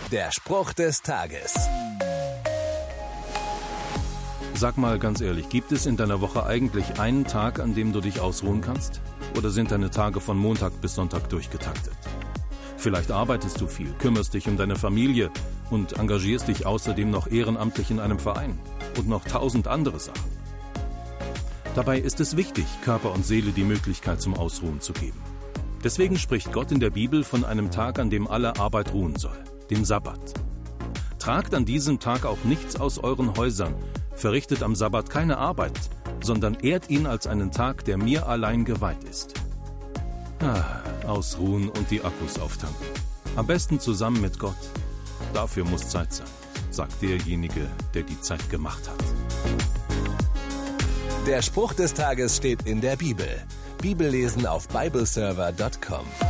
Der Spruch des Tages. Sag mal ganz ehrlich, gibt es in deiner Woche eigentlich einen Tag, an dem du dich ausruhen kannst? Oder sind deine Tage von Montag bis Sonntag durchgetaktet? Vielleicht arbeitest du viel, kümmerst dich um deine Familie und engagierst dich außerdem noch ehrenamtlich in einem Verein und noch 1000 andere Sachen. Dabei ist es wichtig, Körper und Seele die Möglichkeit zum Ausruhen zu geben. Deswegen spricht Gott in der Bibel von einem Tag, an dem alle Arbeit ruhen soll, dem Sabbat. Tragt an diesem Tag auch nichts aus euren Häusern, verrichtet am Sabbat keine Arbeit, sondern ehrt ihn als einen Tag, der mir allein geweiht ist. Ausruhen und die Akkus auftanken. Am besten zusammen mit Gott. Dafür muss Zeit sein, sagt derjenige, der die Zeit gemacht hat. Der Spruch des Tages steht in der Bibel. Bibellesen auf bibleserver.com.